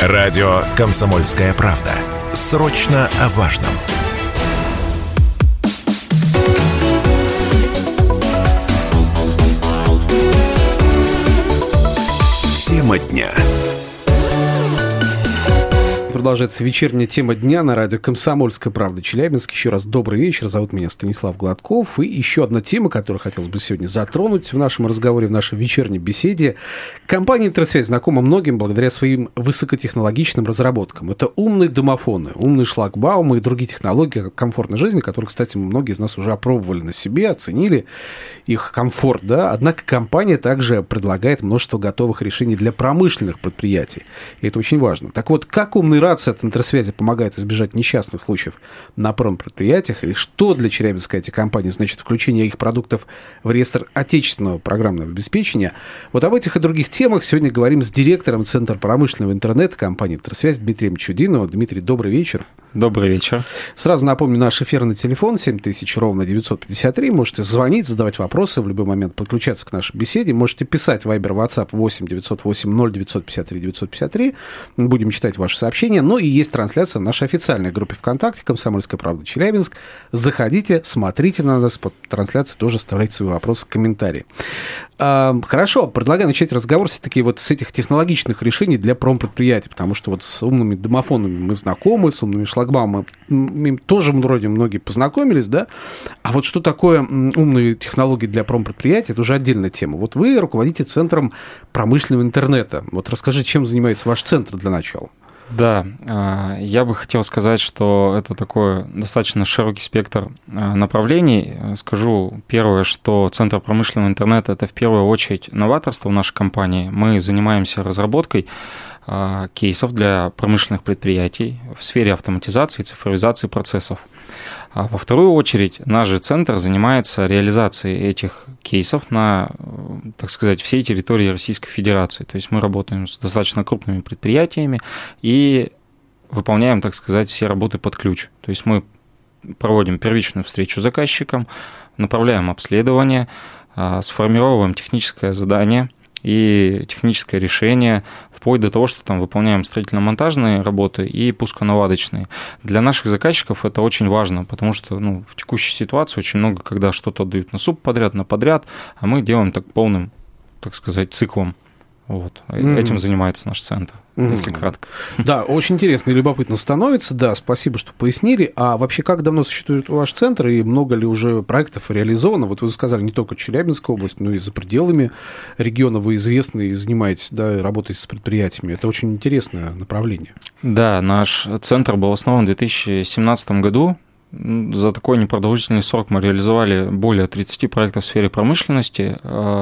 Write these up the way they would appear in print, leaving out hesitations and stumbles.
Радио «Комсомольская правда». Срочно о важном. Тема дня. Продолжается вечерняя тема дня на радио «Комсомольская правда» Челябинск. Еще раз добрый вечер. Зовут меня Станислав Гладков. И еще одна тема, которую хотелось бы сегодня затронуть в нашем разговоре, в нашей вечерней беседе. Компания «Интерсвязь» знакома многим благодаря своим высокотехнологичным разработкам. Это умные домофоны, умные шлагбаумы и другие технологии комфортной жизни, которые, кстати, многие из нас уже опробовали на себе, оценили их комфорт. Да? Однако компания также предлагает множество готовых решений для промышленных предприятий. И это очень важно. Так вот, как умные рации от Интерсвязи помогает избежать несчастных случаев на промпредприятиях, и что для Челябинской IT-компании значит включение их продуктов в реестр отечественного программного обеспечения. Вот об этих и других темах сегодня говорим с директором Центра промышленного интернета компании Интерсвязь Дмитрием Чудиновым. Дмитрий, добрый вечер. Добрый вечер. Сразу напомню, наш эфирный телефон 7000 ровно 953. Можете звонить, задавать вопросы, в любой момент подключаться к нашей беседе. Можете писать в Viber, WhatsApp 8 908 0953 953. Мы будем читать ваши сообщения. Ну и есть трансляция в нашей официальной группе ВКонтакте «Комсомольская правда Челябинск». Заходите, смотрите на нас. Под трансляцией тоже оставляйте свои вопросы, комментарии. Хорошо, предлагаю начать разговор все-таки вот с этих технологичных решений для промпредприятий, потому что вот с умными домофонами мы знакомы, с умными шлагбаумами тоже вроде многие познакомились, да? А вот что такое умные технологии для промпредприятий, это уже отдельная тема. Вот вы руководите Центром промышленного интернета. Вот расскажите, чем занимается ваш центр для начала? Да, я бы хотел сказать, что это такой достаточно широкий спектр направлений. Скажу первое, что Центр промышленного интернета – это в первую очередь новаторство в нашей компании. Мы занимаемся разработкой кейсов для промышленных предприятий в сфере автоматизации и цифровизации процессов. А во вторую очередь наш же центр занимается реализацией этих кейсов на, так сказать, всей территории Российской Федерации. То есть мы работаем с достаточно крупными предприятиями и выполняем, так сказать, все работы под ключ. То есть мы проводим первичную встречу с заказчиком, направляем обследование, сформировываем техническое задание и техническое решение, вплоть до того, что там выполняем строительно-монтажные работы и пусконаладочные. Для наших заказчиков это очень важно, потому что в текущей ситуации очень много, когда что-то отдают на субподряд, на подряд, а мы делаем так полным, так сказать, циклом. Вот. Этим занимается наш центр, если кратко. Да, очень интересно и любопытно становится. Да, спасибо, что пояснили. А вообще, как давно существует ваш центр и много ли уже проектов реализовано? Вот вы сказали, не только Челябинская область, но и за пределами региона вы известны и занимаетесь, да, работаете с предприятиями. Это очень интересное направление. Да, наш центр был основан в 2017 году. За такой непродолжительный срок мы реализовали более 30 проектов в сфере промышленности.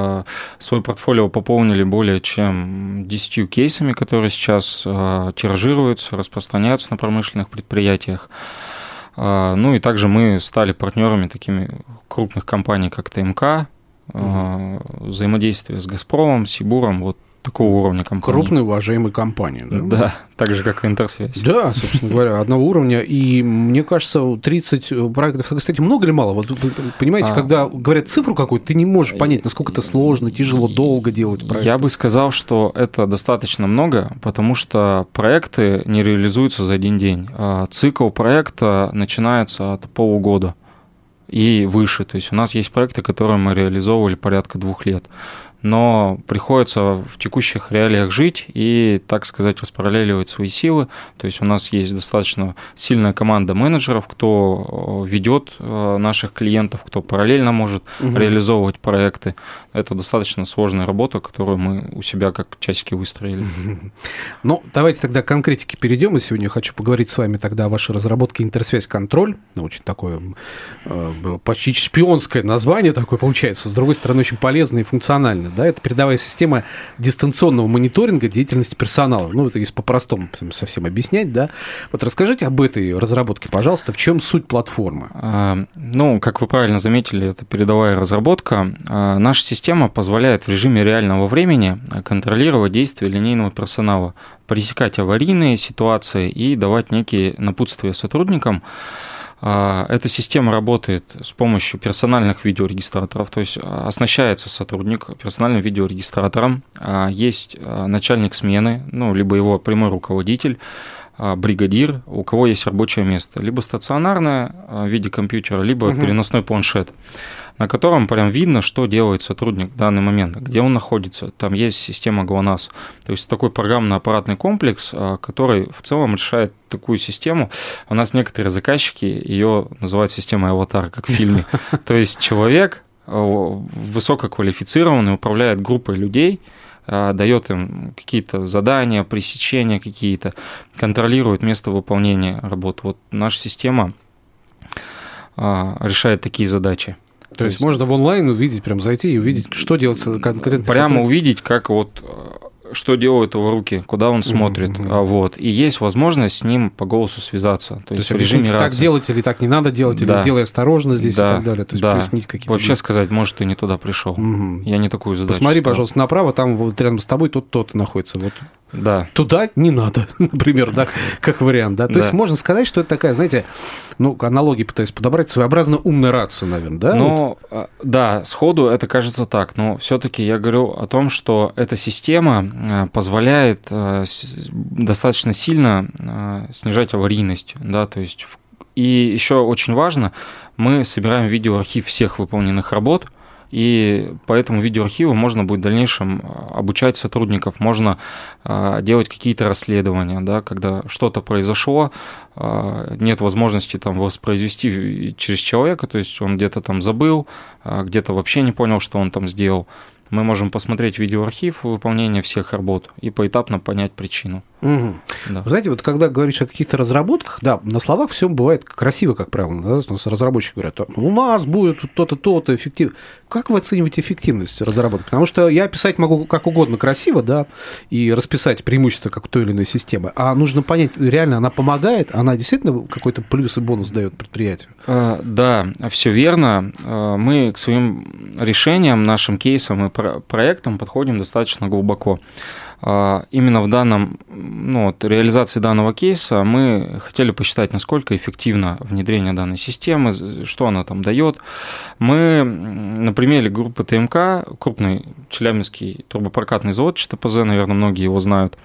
Свой портфолио пополнили более чем 10 кейсами, которые сейчас тиражируются, распространяются на промышленных предприятиях. Ну и также мы стали партнерами такими крупных компаний, как ТМК, взаимодействие с «Газпромом», Сибуром, вот такого уровня компании. Крупные, уважаемые компании, да? Да, так же, как и Интерсвязь. Да, собственно говоря, одного уровня. И мне кажется, 30 проектов, кстати, много или мало? Вот вы понимаете, когда говорят цифру какую-то, ты не можешь понять, насколько это сложно, тяжело, долго делать проект. Я бы сказал, что это достаточно много, потому что проекты не реализуются за один день. Цикл проекта начинается от полугода и выше. То есть у нас есть проекты, которые мы реализовывали порядка 2 лет. Но приходится в текущих реалиях жить и, так сказать, распараллеливать свои силы. То есть у нас есть достаточно сильная команда менеджеров, кто ведет наших клиентов, кто параллельно может реализовывать проекты. Это достаточно сложная работа, которую мы у себя как часики выстроили. Ну, давайте тогда к конкретике перейдем. И сегодня я хочу поговорить с вами тогда о вашей разработке «Интерсвязь Контроль». Очень такое почти шпионское название такое получается. С другой стороны, очень полезное и функциональное. Да, это передовая система дистанционного мониторинга деятельности персонала. Ну, это если по-простому совсем объяснять, да. Вот расскажите об этой разработке, пожалуйста, в чем суть платформы? Ну, как вы правильно заметили, это передовая разработка. Наша система позволяет в режиме реального времени контролировать действия линейного персонала, пресекать аварийные ситуации и давать некие напутствия сотрудникам Эта система работает с помощью персональных видеорегистраторов, то есть оснащается сотрудник персональным видеорегистратором, есть начальник смены, либо его прямой руководитель, бригадир, у кого есть рабочее место, либо стационарное в виде компьютера, либо переносной планшет, на котором прям видно, что делает сотрудник в данный момент, где он находится. Там есть система ГЛОНАСС. То есть такой программно-аппаратный комплекс, который в целом решает такую систему. У нас некоторые заказчики ее называют системой аватар, как в фильме. То есть человек высококвалифицированный управляет группой людей, дает им какие-то задания, пресечения какие-то, контролирует место выполнения работ. Вот наша система решает такие задачи. То есть можно в онлайн увидеть, прям зайти и увидеть, что делается конкретно. Прямо увидеть, как что делают его руки, куда он смотрит. И есть возможность с ним по голосу связаться. То есть в режиме рации. Так делать или так не надо делать, или сделай осторожно здесь и так далее. То есть пояснить какие-то. Вообще сказать, может, ты не туда пришел. Я не такую задачу. Посмотри, пожалуйста, направо, там вот рядом с тобой тот находится. Вот. Да. Туда не надо, например, да, как вариант. Да? То есть можно сказать, что это такая, знаете, аналогия пытаюсь подобрать, своеобразно умная рация, наверное, да? Да, сходу это кажется так, но все-таки я говорю о том, что эта система позволяет достаточно сильно снижать аварийность, да, то есть и еще очень важно, мы собираем видеоархив всех выполненных работ. И по этому видеоархиву можно будет в дальнейшем обучать сотрудников, можно делать какие-то расследования, да, когда что-то произошло, нет возможности там воспроизвести через человека, то есть он где-то там забыл, где-то вообще не понял, что он там сделал. Мы можем посмотреть видеоархив выполнения всех работ и поэтапно понять причину. Угу. Да. Вы знаете, вот когда говоришь о каких-то разработках, да, на словах все бывает красиво, как правило. Да? У нас разработчики говорят, у нас будет то-то, то-то, эффективно. Как вы оцениваете эффективность разработки? Потому что я описать могу как угодно красиво, да, и расписать преимущества как той или иной системы, а нужно понять, реально она помогает, она действительно какой-то плюс и бонус дает предприятию? Да, все верно. Мы к своим решениям, нашим кейсам и проектам подходим достаточно глубоко. Именно в реализации данного кейса мы хотели посчитать, насколько эффективно внедрение данной системы, что она там дает. Мы на примере группы ТМК, крупный челябинский турбопрокатный завод ЧТПЗ, наверное, многие его знают,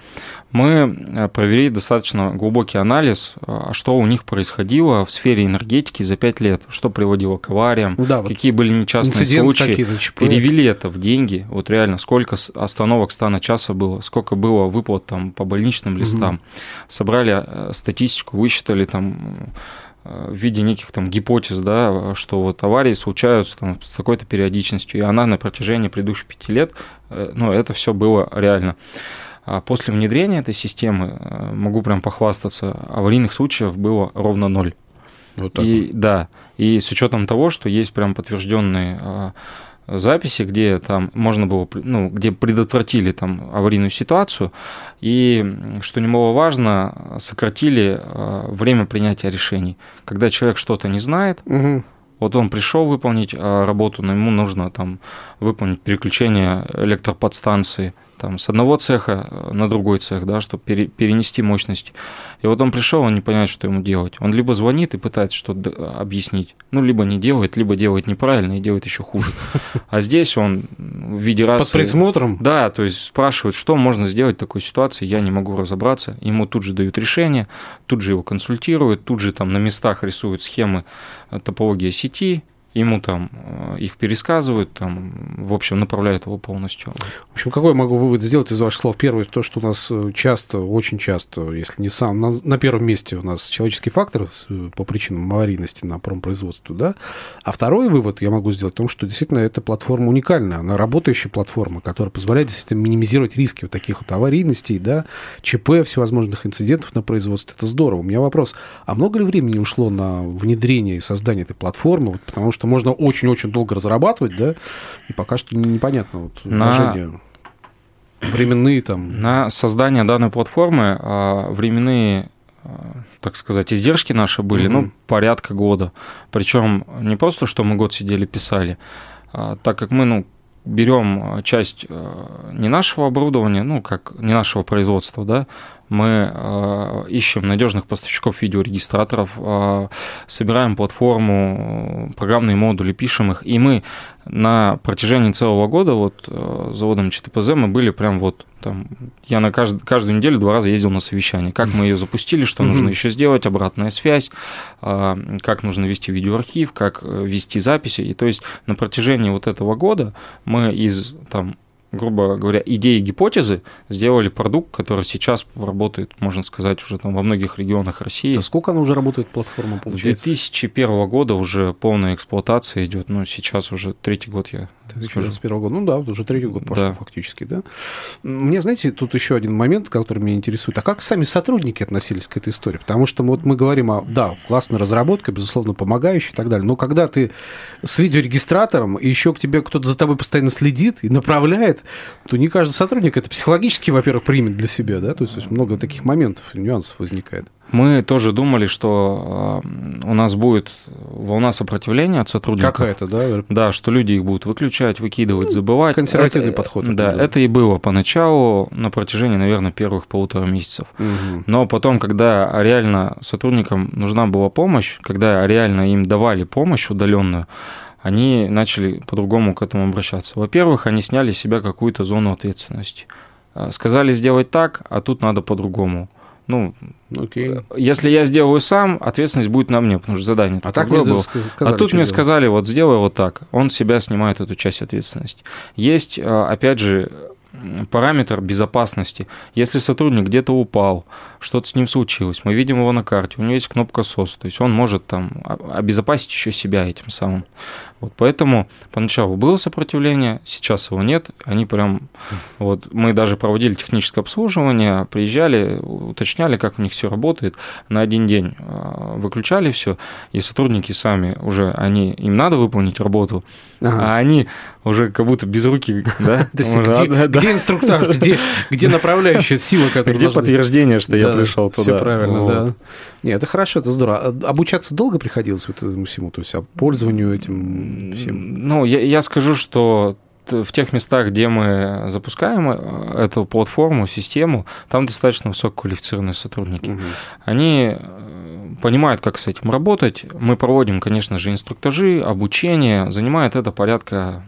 мы провели достаточно глубокий анализ, что у них происходило в сфере энергетики за 5 лет, что приводило к авариям, какие были несчастные случаи, перевели это в деньги, вот реально, сколько остановок стана часа было, сколько было выплат там по больничным листам, собрали статистику, высчитали там в виде неких там гипотез, да, что вот аварии случаются там с такой-то периодичностью, и она на протяжении предыдущих 5 лет, это все было реально. После внедрения этой системы, могу прям похвастаться, аварийных случаев было ровно 0. Вот так. И с учетом того, что есть прям подтвержденные записи, где там можно было, где предотвратили там аварийную ситуацию, и, что немаловажно, сократили время принятия решений. Когда человек что-то не знает, вот он пришел выполнить работу, но ему нужно там выполнить переключение электроподстанции там, с одного цеха на другой цех, да, чтобы перенести мощности. И вот он пришел, он не понимает, что ему делать. Он либо звонит и пытается что-то объяснить, либо не делает, либо делает неправильно и делает еще хуже. А здесь он в виде рации... Под присмотром? Да, то есть спрашивают, что можно сделать в такой ситуации, я не могу разобраться. Ему тут же дают решение, тут же его консультируют, тут же там на местах рисуют схемы топологии сети, ему там их пересказывают, там, в общем, направляют его полностью. В общем, какой я могу вывод сделать из ваших слов? Первое, то, что у нас часто, очень часто, если не сам, на первом месте у нас человеческий фактор по причинам аварийности на промпроизводстве, да? А второй вывод я могу сделать в том, что действительно эта платформа уникальная, она работающая платформа, которая позволяет действительно минимизировать риски вот таких вот аварийностей, да, ЧП, всевозможных инцидентов на производстве. Это здорово. У меня вопрос, а много ли времени ушло на внедрение и создание этой платформы? Вот, потому что можно очень-очень долго разрабатывать, да, и пока что непонятно вот, вложения временные там. На создание данной платформы временные, так сказать, издержки наши были, порядка года. Причем не просто, что мы год сидели писали, так как мы, берем часть не нашего оборудования, как не нашего производства, да, мы ищем надежных поставщиков видеорегистраторов, собираем платформу, программные модули, пишем их, и мы на протяжении целого года вот заводом ЧТПЗ мы были прям вот там, я на каждую неделю 2 раза ездил на совещание, как мы ее запустили, что нужно еще сделать, обратная связь, как нужно вести видеоархив, как вести записи, и то есть на протяжении вот этого года мы из там, грубо говоря, идеи и гипотезы сделали продукт, который сейчас работает, можно сказать, уже там во многих регионах России. А сколько она уже работает, платформа, получается? С 2001 года уже полная эксплуатация идет, но сейчас уже 3-й год я 2021 года, ну да, уже 3-й год пошел, да. Фактически, да. Мне, знаете, тут еще один момент, который меня интересует. А как сами сотрудники относились к этой истории? Потому что вот мы говорим о, да, классная разработка, безусловно, помогающая и так далее, но когда ты с видеорегистратором, и еще к тебе кто-то за тобой постоянно следит и направляет, то не каждый сотрудник это психологически, во-первых, примет для себя, да, то есть много таких моментов, нюансов возникает. Мы тоже думали, что у нас будет волна сопротивления от сотрудников. Какая-то, да? Да, что люди их будут выключать, выкидывать, забывать. Консервативный подход. Да, это и было поначалу, на протяжении, наверное, первых 1,5 месяцев. Угу. Но потом, когда реально сотрудникам нужна была помощь, когда реально им давали помощь удаленную, они начали по-другому к этому обращаться. Во-первых, они сняли с себя какую-то зону ответственности. Сказали сделать так, а тут надо по-другому. Ну, если я сделаю сам, ответственность будет на мне, потому что задание такое было. А тут мне сказали, вот сделай вот так. Он с себя снимает эту часть ответственности. Есть, опять же, параметр безопасности. Если сотрудник где-то упал, что-то с ним случилось, мы видим его на карте, у него есть кнопка SOS, то есть он может там обезопасить еще себя этим самым. Вот поэтому поначалу было сопротивление, сейчас его нет. Они прям, вот мы даже проводили техническое обслуживание, приезжали, уточняли, как у них все работает. На один день выключали все, и сотрудники сами уже, им надо выполнить работу, а они уже как будто без руки, да? Где инструктаж, где направляющая сила, которая где подтверждение, что я пришел туда? Все правильно, да. Нет, это хорошо, это здорово. Обучаться долго приходилось этому всему, то есть пользованию этим всем? Ну, я скажу, что в тех местах, где мы запускаем эту платформу, систему, там достаточно высококвалифицированные сотрудники. Угу. Они понимают, как с этим работать. Мы проводим, конечно же, инструктажи, обучение. Занимает это порядка,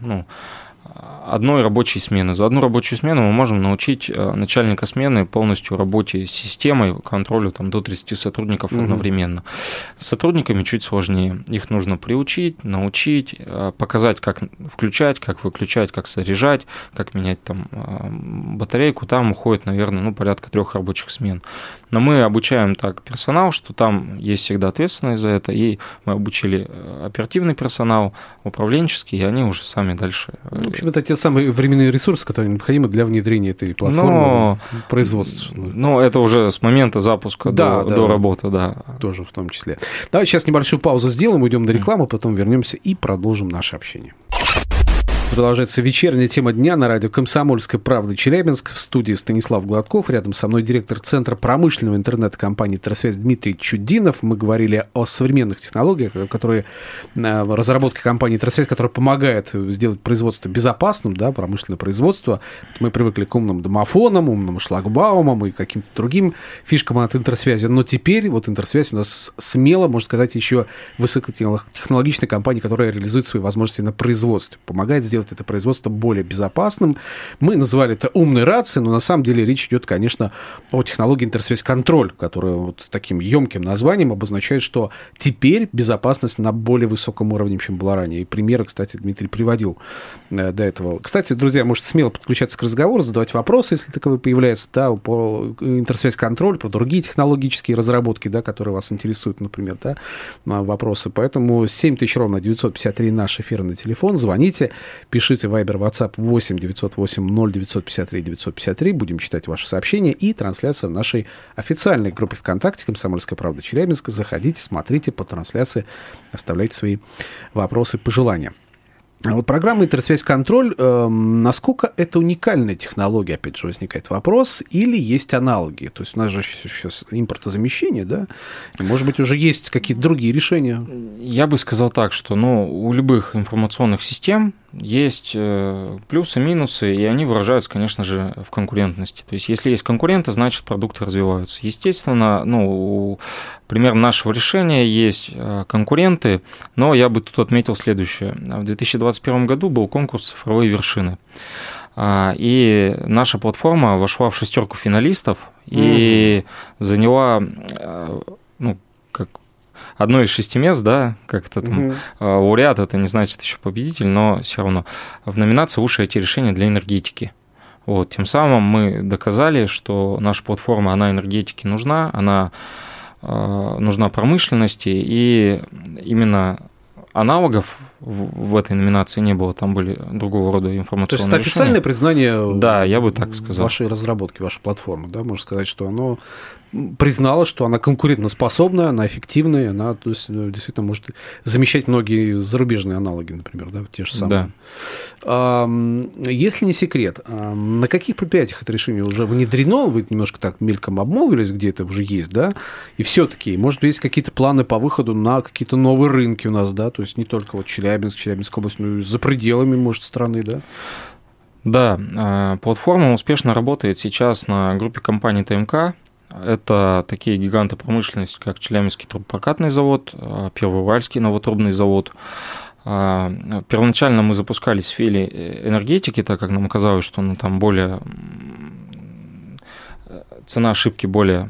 одной рабочей смены. За одну рабочую смену мы можем научить начальника смены полностью работе с системой, контролю там, до 30 сотрудников одновременно. С сотрудниками чуть сложнее. Их нужно приучить, научить, показать, как включать, как выключать, как заряжать, как менять там батарейку. Там уходит, наверное, порядка 3 рабочих смен. Но мы обучаем так персонал, что там есть всегда ответственность за это, и мы обучили оперативный персонал, управленческий, и они уже сами дальше. В общем, это те самые временные ресурсы, которые необходимы для внедрения этой платформы в производство. Это уже с момента запуска до работы, да. Тоже в том числе. Давайте сейчас небольшую паузу сделаем, уйдем на рекламу, потом вернемся и продолжим наше общение. Продолжается вечерняя тема дня на радио «Комсомольская правда» Челябинск. В студии Станислав Гладков. Рядом со мной директор Центра промышленного интернета компании «Интерсвязь» Дмитрий Чудинов. Мы говорили о современных технологиях, которые разработка компании «Интерсвязь», которая помогает сделать производство безопасным, да, промышленное производство. Мы привыкли к умным домофонам, умным шлагбаумам и каким-то другим фишкам от «Интерсвязи». Но теперь вот «Интерсвязь» у нас смело, можно сказать, еще высокотехнологичная компания, которая реализует свои возможности на производстве, помогает сделать это производство более безопасным. Мы называли это умной рацией, но на самом деле речь идет, конечно, о технологии интерсвязь-контроль, которая вот таким емким названием обозначает, что теперь безопасность на более высоком уровне, чем была ранее. И примеры, кстати, Дмитрий приводил до этого. Кстати, друзья, можете смело подключаться к разговору, задавать вопросы, если таковые появляются, да, по интерсвязь-контроль, про другие технологические разработки, да, которые вас интересуют, например, да, вопросы. Поэтому 7000 ровно 953 наш эфирный телефон. Звоните. Пишите Viber, WhatsApp 8 908 0953 953. Будем читать ваши сообщения. И трансляция в нашей официальной группе ВКонтакте «Комсомольская правда» Челябинска. Заходите, смотрите по трансляции, оставляйте свои вопросы, пожелания. Вот программа «Интерсвязь-контроль», насколько это уникальная технология, опять же, возникает вопрос, или есть аналоги? То есть у нас же сейчас импортозамещение, да? И, может быть, уже есть какие-то другие решения? Я бы сказал так, что у любых информационных систем есть плюсы, минусы, и они выражаются, конечно же, в конкурентности. То есть, если есть конкуренты, значит, продукты развиваются. Естественно, примерно нашего решения есть конкуренты, но я бы тут отметил следующее. В 2021 году был конкурс «Цифровые вершины». И наша платформа вошла в 6 финалистов и заняла, как одно из 6 мест, да, как это там, лауреат, это не значит еще победитель, но все равно в номинации «Лучшее IT-решение для энергетики». Вот, тем самым мы доказали, что наша платформа, она энергетике нужна, она нужна промышленности, и именно аналогов в этой номинации не было, там были другого рода информационные решения. То есть это официальное признание, да, я бы так сказал, вашей разработки, вашей платформы, да, можно сказать, что оно признало, что она конкурентоспособная, она эффективная, она, то есть, действительно может замещать многие зарубежные аналоги, например, да, те же самые. Да. Если не секрет, на каких предприятиях это решение уже внедрено? Вы немножко так мельком обмолвились, где это уже есть, да? И все-таки, может быть, есть какие-то планы по выходу на какие-то новые рынки у нас, да? То есть не только вот Челябинская область, но и за пределами, может, страны, да? Да, платформа успешно работает сейчас на группе компаний ТМК. Это такие гиганты промышленности, как Челябинский трубопрокатный завод, Первоуральский новотрубный завод. Первоначально мы запускались в сфере энергетики, так как нам казалось, что там более цена ошибки более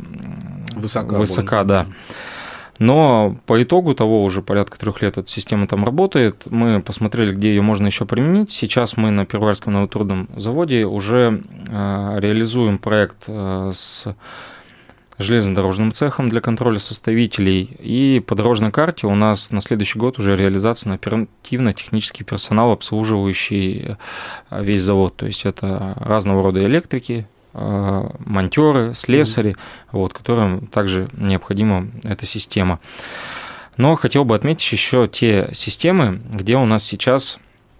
высока, да. Но по итогу того уже порядка 3 лет эта система там работает. Мы посмотрели, где ее можно еще применить. Сейчас мы на Первоуральском новотрубном заводе уже реализуем проект с железнодорожным цехом для контроля составителей. И по дорожной карте у нас на следующий год уже реализация на оперативно-технический персонал, обслуживающий весь завод. То есть это разного рода электрики, монтёры, слесари, которым также необходима эта система. Но хотел бы отметить еще те системы, где у нас сейчас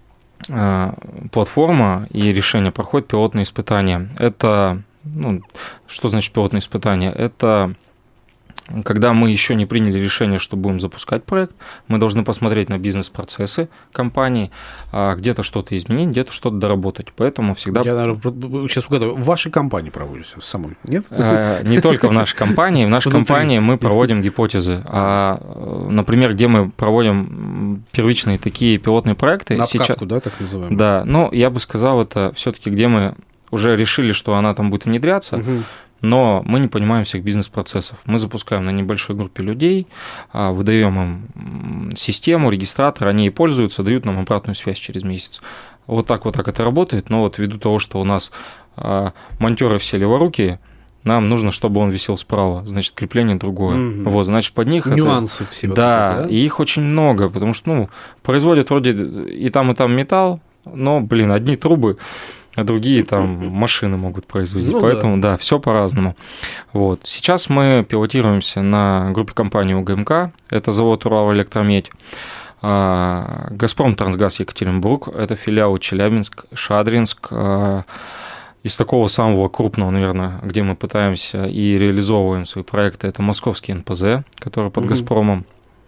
платформа и решение проходят пилотные испытания. Это, что значит пилотные испытания? Это когда мы еще не приняли решение, что будем запускать проект, мы должны посмотреть на бизнес-процессы компании, где-то что-то изменить, где-то что-то доработать. Поэтому всегда... Я, наверное, сейчас угадаю, в вашей компании проводится самой, нет? Не только в нашей компании. В нашей компании мы проводим гипотезы. Например, где мы проводим первичные такие пилотные проекты... На обкатку, да, так называемую? Да, я бы сказал, это все-таки где мы уже решили, что она там будет внедряться, но мы не понимаем всех бизнес-процессов. Мы запускаем на небольшой группе людей, выдаем им систему, регистратор, они ей пользуются, дают нам обратную связь через месяц. Вот так это работает, но ввиду того, что у нас монтёры все леворукие, нам нужно, чтобы он висел справа, значит, крепление другое. Значит, под них... Нюансы все. Да, и их очень много, потому что, производят вроде и там металл, но, одни трубы, а другие там машины могут производить. Поэтому, да, все по-разному. Сейчас мы пилотируемся на группе компании УГМК, это завод Уралэлектромедь, Газпром Трансгаз Екатеринбург, это филиалы Челябинск, Шадринск. Из такого самого крупного, наверное, где мы пытаемся и реализовываем свои проекты, это московский НПЗ, который под Газпромом.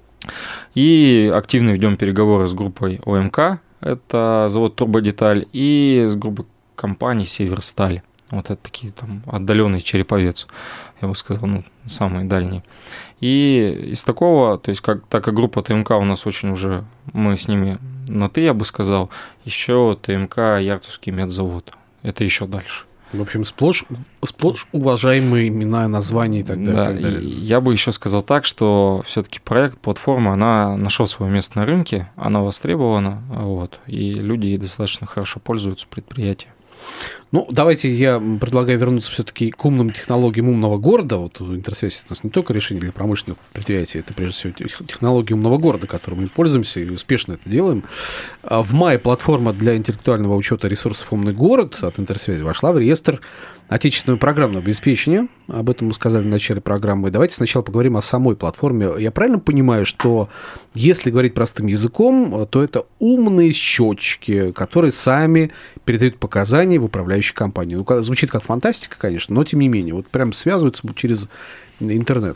И активно ведем переговоры с группой ОМК, это завод Турбодеталь, и с группой компаний Северсталь. Это такие там отдаленный Череповец, я бы сказал, самые дальние. И из такого, то есть так как группа ТМК у нас очень уже, мы с ними на «ты», я бы сказал, еще ТМК Ярцевский медзавод. Это еще дальше. В общем, сплошь уважаемые имена, названия и так далее. Да, так далее. Я бы еще сказал так, что все-таки проект, платформа, она нашла свое место на рынке, она востребована, и люди ей достаточно хорошо пользуются, предприятия. Давайте я предлагаю вернуться все-таки к умным технологиям умного города. Интерсвязь — это не только решение для промышленных предприятий, это прежде всего технологии умного города, которыми мы пользуемся и успешно это делаем. В мае платформа для интеллектуального учета ресурсов «Умный город» от Интерсвязи вошла в реестр отечественного программного обеспечения. Об этом мы сказали в начале программы. Давайте сначала поговорим о самой платформе. Я правильно понимаю, что если говорить простым языком, то это умные счетчики, которые сами передают показания в управляющей компании? Звучит как фантастика, конечно, но тем не менее. Прям связываются через интернет.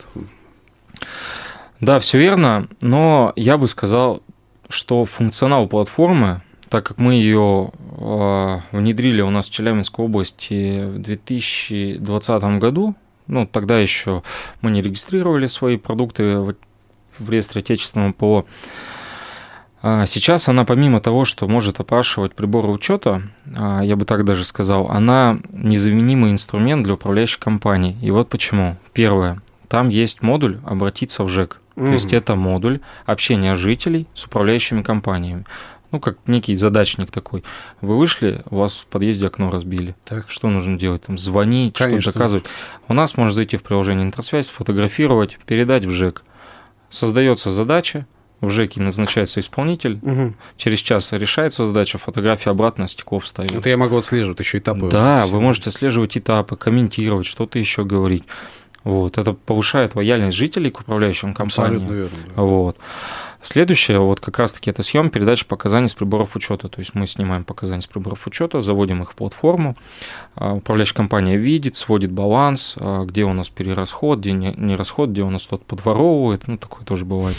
Да, все верно, но я бы сказал, что функционал платформы так как мы ее внедрили у нас в Челябинской области в 2020 году, тогда еще мы не регистрировали свои продукты в реестре отечественного ПО. Сейчас она, помимо того, что может опрашивать приборы учета, я бы так даже сказал, она незаменимый инструмент для управляющей компании. И вот почему. Первое. Там есть модуль «Обратиться в ЖЭК». То есть это модуль общения жителей с управляющими компаниями. Как некий задачник такой. Вы вышли, у вас в подъезде окно разбили. Так. Что нужно делать? Там звонить, что-то доказывать. У нас можно зайти в приложение «Интерсвязь», сфотографировать, передать в ЖЭК. Создается задача, в ЖЭКе назначается исполнитель, через час решается задача, фотография обратно, стекло вставить. Это я могу отслеживать еще этапы. Да, вы можете отслеживать этапы, комментировать, что-то еще говорить. Это повышает лояльность жителей к управляющим компаниям. Абсолютно верно. Да. Следующее, как раз-таки, это съем, передача показаний с приборов учета. То есть мы снимаем показания с приборов учета, заводим их в платформу, управляющая компания видит, сводит баланс, где у нас перерасход, где не расход, где у нас кто-то подворовывает, такое тоже бывает.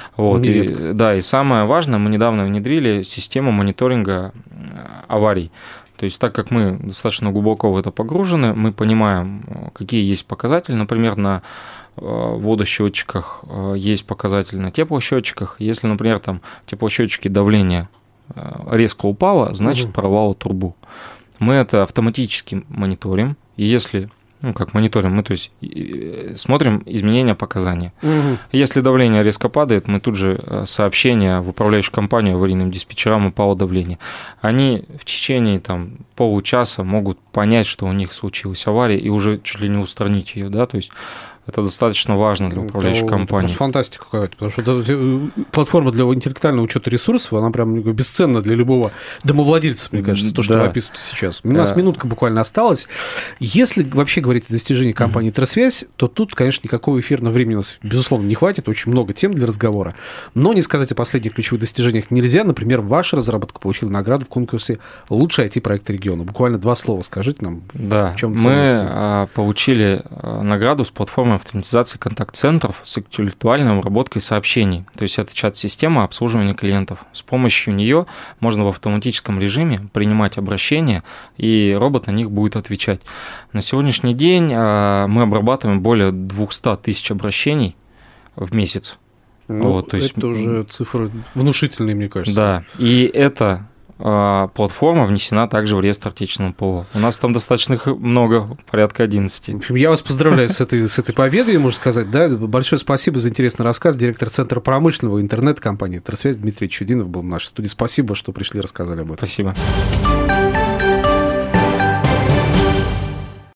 И самое важное, мы недавно внедрили систему мониторинга аварий. То есть так как мы достаточно глубоко в это погружены, мы понимаем, какие есть показатели. Например, на водосчетчиках есть показатель, на теплосчетчиках. Если, например, там в теплосчетчике давление резко упало, значит порвало трубу. Мы это автоматически мониторим. И если, как мониторим, мы смотрим изменения показания. Если давление резко падает, мы тут же сообщение в управляющую компанию аварийным диспетчерам упало давление. Они в течение получаса могут понять, что у них случилась авария, и уже чуть ли не устранить ее, да, то есть это достаточно важно для управляющей компании. Это фантастика какая-то, потому что платформа для интеллектуального учета ресурсов, она прям бесценна для любого домовладельца, мне кажется, то, что вы описываете сейчас. У нас минутка буквально осталась. Если вообще говорить о достижении компании «Интерсвязь», то тут, конечно, никакого эфирного времени у нас, безусловно, не хватит, очень много тем для разговора. Но не сказать о последних ключевых достижениях нельзя. Например, ваша разработка получила награду в конкурсе «Лучший IT-проект региона». Буквально 2 слова скажите нам, в чем ценность. Мы получили награду с платформы автоматизации контакт-центров с интеллектуальной обработкой сообщений. То есть это чат-система обслуживания клиентов. С помощью нее можно в автоматическом режиме принимать обращения, и робот на них будет отвечать. На сегодняшний день мы обрабатываем более 200 тысяч обращений в месяц. То есть это уже цифры внушительные, мне кажется. Да, и это платформа внесена также в реестр отечественного ПО. У нас там достаточно много, порядка 11. В общем, я вас поздравляю с этой победой, можно сказать. Да? Большое спасибо за интересный рассказ. Директор Центра промышленного интернет-компании «Интерсвязь» Дмитрий Чудинов был в нашей студии. Спасибо, что пришли и рассказали об этом. Спасибо.